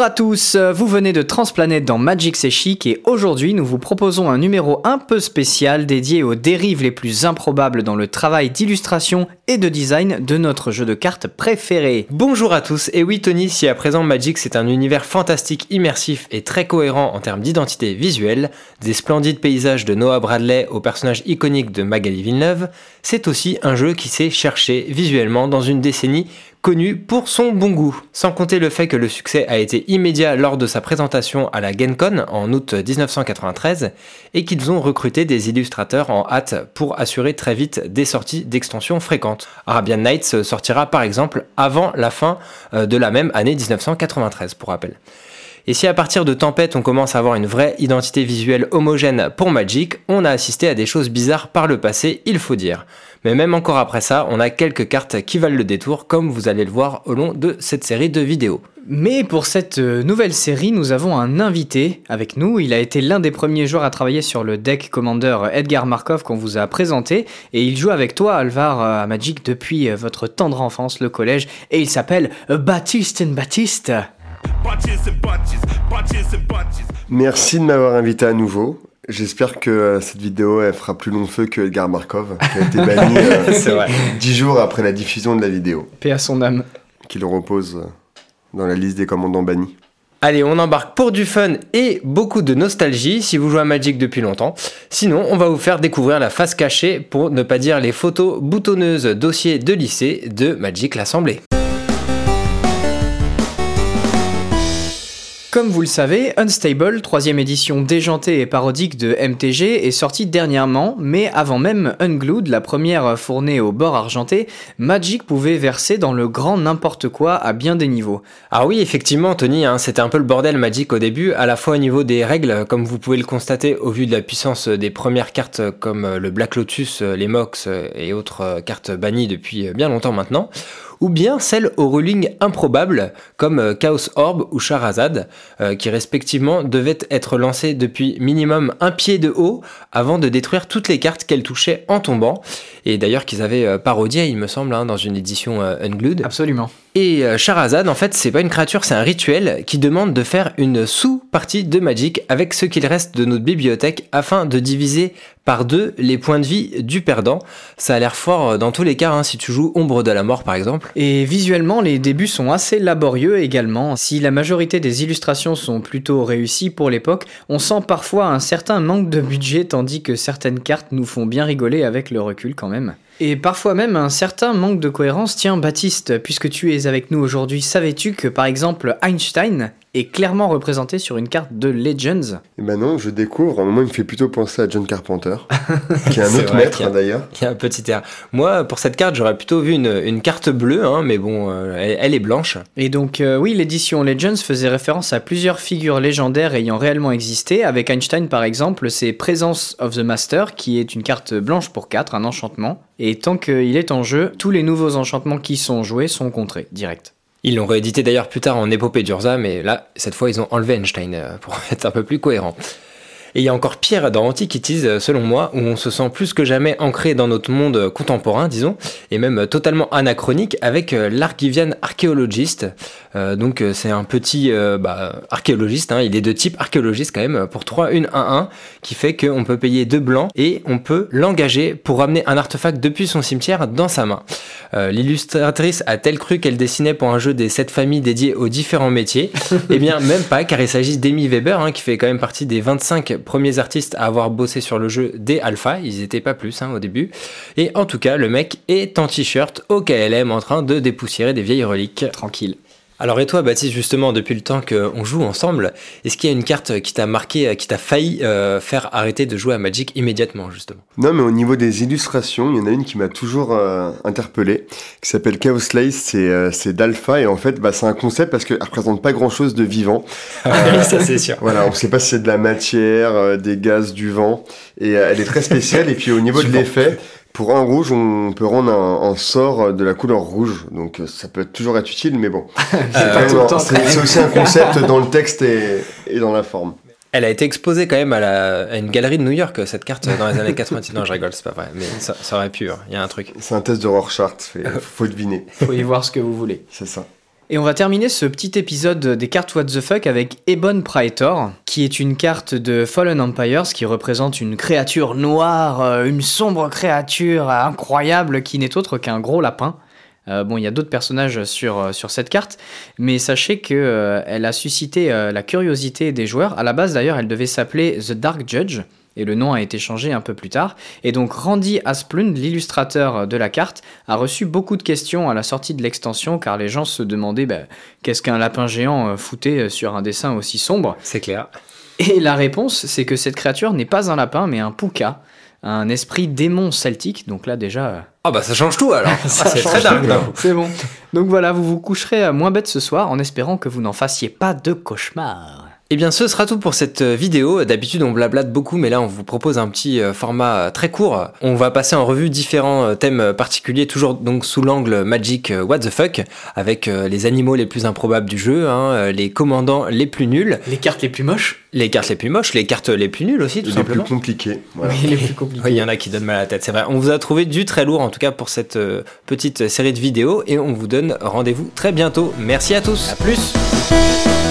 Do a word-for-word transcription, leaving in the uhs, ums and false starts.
Bonjour à tous, vous venez de Transplanète dans Magic C'est Chic et aujourd'hui nous vous proposons un numéro un peu spécial dédié aux dérives les plus improbables dans le travail d'illustration et de design de notre jeu de cartes préféré. Bonjour à tous, et oui Tony, si à présent Magic c'est un univers fantastique, immersif et très cohérent en termes d'identité visuelle, des splendides paysages de Noah Bradley aux personnages iconiques de Magali Villeneuve, c'est aussi un jeu qui s'est cherché visuellement dans une décennie connu pour son bon goût. Sans compter le fait que le succès a été immédiat lors de sa présentation à la GenCon en août dix-neuf cent quatre-vingt-treize et qu'ils ont recruté des illustrateurs en hâte pour assurer très vite des sorties d'extensions fréquentes. Arabian Nights sortira par exemple avant la fin de la même année dix-neuf cent quatre-vingt-treize pour rappel. Et si à partir de Tempête on commence à avoir une vraie identité visuelle homogène pour Magic, on a assisté à des choses bizarres par le passé, il faut dire. Mais même encore après ça, on a quelques cartes qui valent le détour, comme vous allez le voir au long de cette série de vidéos. Mais pour cette nouvelle série, nous avons un invité avec nous. Il a été l'un des premiers joueurs à travailler sur le deck Commander Edgar Markov qu'on vous a présenté. Et il joue avec toi, Alvar, à Magic depuis votre tendre enfance, le collège. Et il s'appelle Baptiste Baptiste. Merci de m'avoir invité à nouveau. J'espère que cette vidéo elle fera plus long feu que Edgar Markov, qui a été banni euh, C'est vrai. dix jours après la diffusion de la vidéo. Paix à son âme. Qu'il repose dans la liste des commandants bannis. Allez, on embarque pour du fun et beaucoup de nostalgie si vous jouez à Magic depuis longtemps. Sinon, on va vous faire découvrir la face cachée, pour ne pas dire les photos boutonneuses dossiers de lycée de Magic l'Assemblée. Comme vous le savez, Unstable, troisième édition déjantée et parodique de M T G, est sortie dernièrement, mais avant même Unglued, la première fournée au bord argenté, Magic pouvait verser dans le grand n'importe quoi à bien des niveaux. Ah oui, effectivement, Tony, hein, c'était un peu le bordel Magic au début, à la fois au niveau des règles, comme vous pouvez le constater au vu de la puissance des premières cartes comme le Black Lotus, les Mox et autres cartes bannies depuis bien longtemps maintenant, ou bien celles au ruling improbable comme Chaos Orb ou Charazade, euh, qui respectivement devaient être lancées depuis minimum un pied de haut avant de détruire toutes les cartes qu'elles touchaient en tombant, et d'ailleurs qu'ils avaient euh, parodié il me semble hein, dans une édition euh, Unglued. Absolument. Et euh, Charazade, en fait, c'est pas une créature, c'est un rituel qui demande de faire une sous-partie de Magic avec ce qu'il reste de notre bibliothèque afin de diviser par deux les points de vie du perdant. Ça a l'air fort dans tous les cas, hein, si tu joues Ombre de la Mort par exemple. Et visuellement, les débuts sont assez laborieux également. Si la majorité des illustrations sont plutôt réussies pour l'époque, on sent parfois un certain manque de budget, tandis que certaines cartes nous font bien rigoler avec le recul quand même. Et parfois même un certain manque de cohérence. Tiens Baptiste, puisque tu es avec nous aujourd'hui, savais-tu que par exemple Einstein est clairement représenté sur une carte de Legends? Eh ben non, je découvre. À un moment, il me fait plutôt penser à John Carpenter, qui est un autre vrai, maître qui a, d'ailleurs. Qui a un petit air. Moi, pour cette carte, j'aurais plutôt vu une, une carte bleue, hein, mais bon, euh, elle, elle est blanche. Et donc, euh, oui, l'édition Legends faisait référence à plusieurs figures légendaires ayant réellement existé. Avec Einstein, par exemple, c'est Presence of the Master, qui est une carte blanche pour quatre, un enchantement. Et tant qu'il est en jeu, tous les nouveaux enchantements qui sont joués sont contrés, direct. Ils l'ont réédité d'ailleurs plus tard en épopée d'Urza, mais là, cette fois, ils ont enlevé Einstein pour être un peu plus cohérent. Et il y a encore pire dans Antiquities, selon moi, où on se sent plus que jamais ancré dans notre monde contemporain, disons, et même totalement anachronique, avec l'Argivian Archaeologist. Euh, donc c'est un petit euh, bah, archéologiste, hein, il est de type archéologiste quand même, pour trois un un un, qui fait qu'on peut payer deux blancs, et on peut l'engager pour ramener un artefact depuis son cimetière dans sa main. Euh, l'illustratrice a-t-elle cru qu'elle dessinait pour un jeu des sept familles dédiées aux différents métiers? Eh bien, même pas, car il s'agit d'Amy Weber, hein, qui fait quand même partie des vingt-cinq premiers artistes à avoir bossé sur le jeu dès Alpha, ils étaient pas plus hein, au début. Et en tout cas, le mec est en t-shirt au K L M en train de dépoussiérer des vieilles reliques. Tranquille. Alors et toi Baptiste, justement, depuis le temps qu'on joue ensemble, est-ce qu'il y a une carte qui t'a marqué, qui t'a failli euh, faire arrêter de jouer à Magic immédiatement, justement? Non, mais au niveau des illustrations, il y en a une qui m'a toujours euh, interpellé, qui s'appelle Chaos Lace, c'est, euh, c'est d'Alpha, et en fait, bah, c'est un concept parce qu'elle représente pas grand-chose de vivant. Euh, ça c'est sûr. Voilà, on sait pas si c'est de la matière, euh, des gaz, du vent, et euh, elle est très spéciale, et puis au niveau de l'effet, pour un rouge, on peut rendre un, un sort de la couleur rouge, donc ça peut toujours être utile, mais bon. c'est, pas tout le temps, c'est, c'est aussi un concept dans le texte et, et dans la forme. Elle a été exposée quand même à, la, à une galerie de New York, cette carte, dans les années quatre-vingt-dix. Non, je rigole, c'est pas vrai, mais ça, ça aurait pu, il hein, y a un truc. C'est un test de Rorschach, il faut deviner. Faut y voir ce que vous voulez. C'est ça. Et on va terminer ce petit épisode des cartes What the Fuck avec Ebon Praetor, qui est une carte de Fallen Empires qui représente une créature noire, une sombre créature incroyable qui n'est autre qu'un gros lapin. Euh, bon, il y a d'autres personnages sur, sur cette carte, mais sachez qu'elle euh, a suscité euh, la curiosité des joueurs. À la base, d'ailleurs, elle devait s'appeler The Dark Judge, et le nom a été changé un peu plus tard. Et donc, Randy Asplund, l'illustrateur de la carte, a reçu beaucoup de questions à la sortie de l'extension, car les gens se demandaient bah, qu'est-ce qu'un lapin géant foutait sur un dessin aussi sombre. C'est clair. Et la réponse, c'est que cette créature n'est pas un lapin, mais un puka, un esprit démon celtique. Donc là, déjà... Ah bah ça change tout alors. ça ah, c'est très dingue. C'est bon. Donc voilà, vous vous coucherez moins bête ce soir en espérant que vous n'en fassiez pas de cauchemar. Eh bien, ce sera tout pour cette vidéo. D'habitude, on blablate beaucoup, mais là, on vous propose un petit format très court. On va passer en revue différents thèmes particuliers, toujours donc sous l'angle Magic What the Fuck, avec les animaux les plus improbables du jeu, hein, les commandants les plus nuls, les cartes les plus moches, les cartes les plus moches, les cartes les plus nulles aussi, tout les simplement. Les plus compliquées. Voilà. Oui, les plus compliquées. Oui, il y en a qui donnent mal à la tête, c'est vrai. On vous a trouvé du très lourd, en tout cas, pour cette petite série de vidéos, et on vous donne rendez-vous très bientôt. Merci à tous. À plus.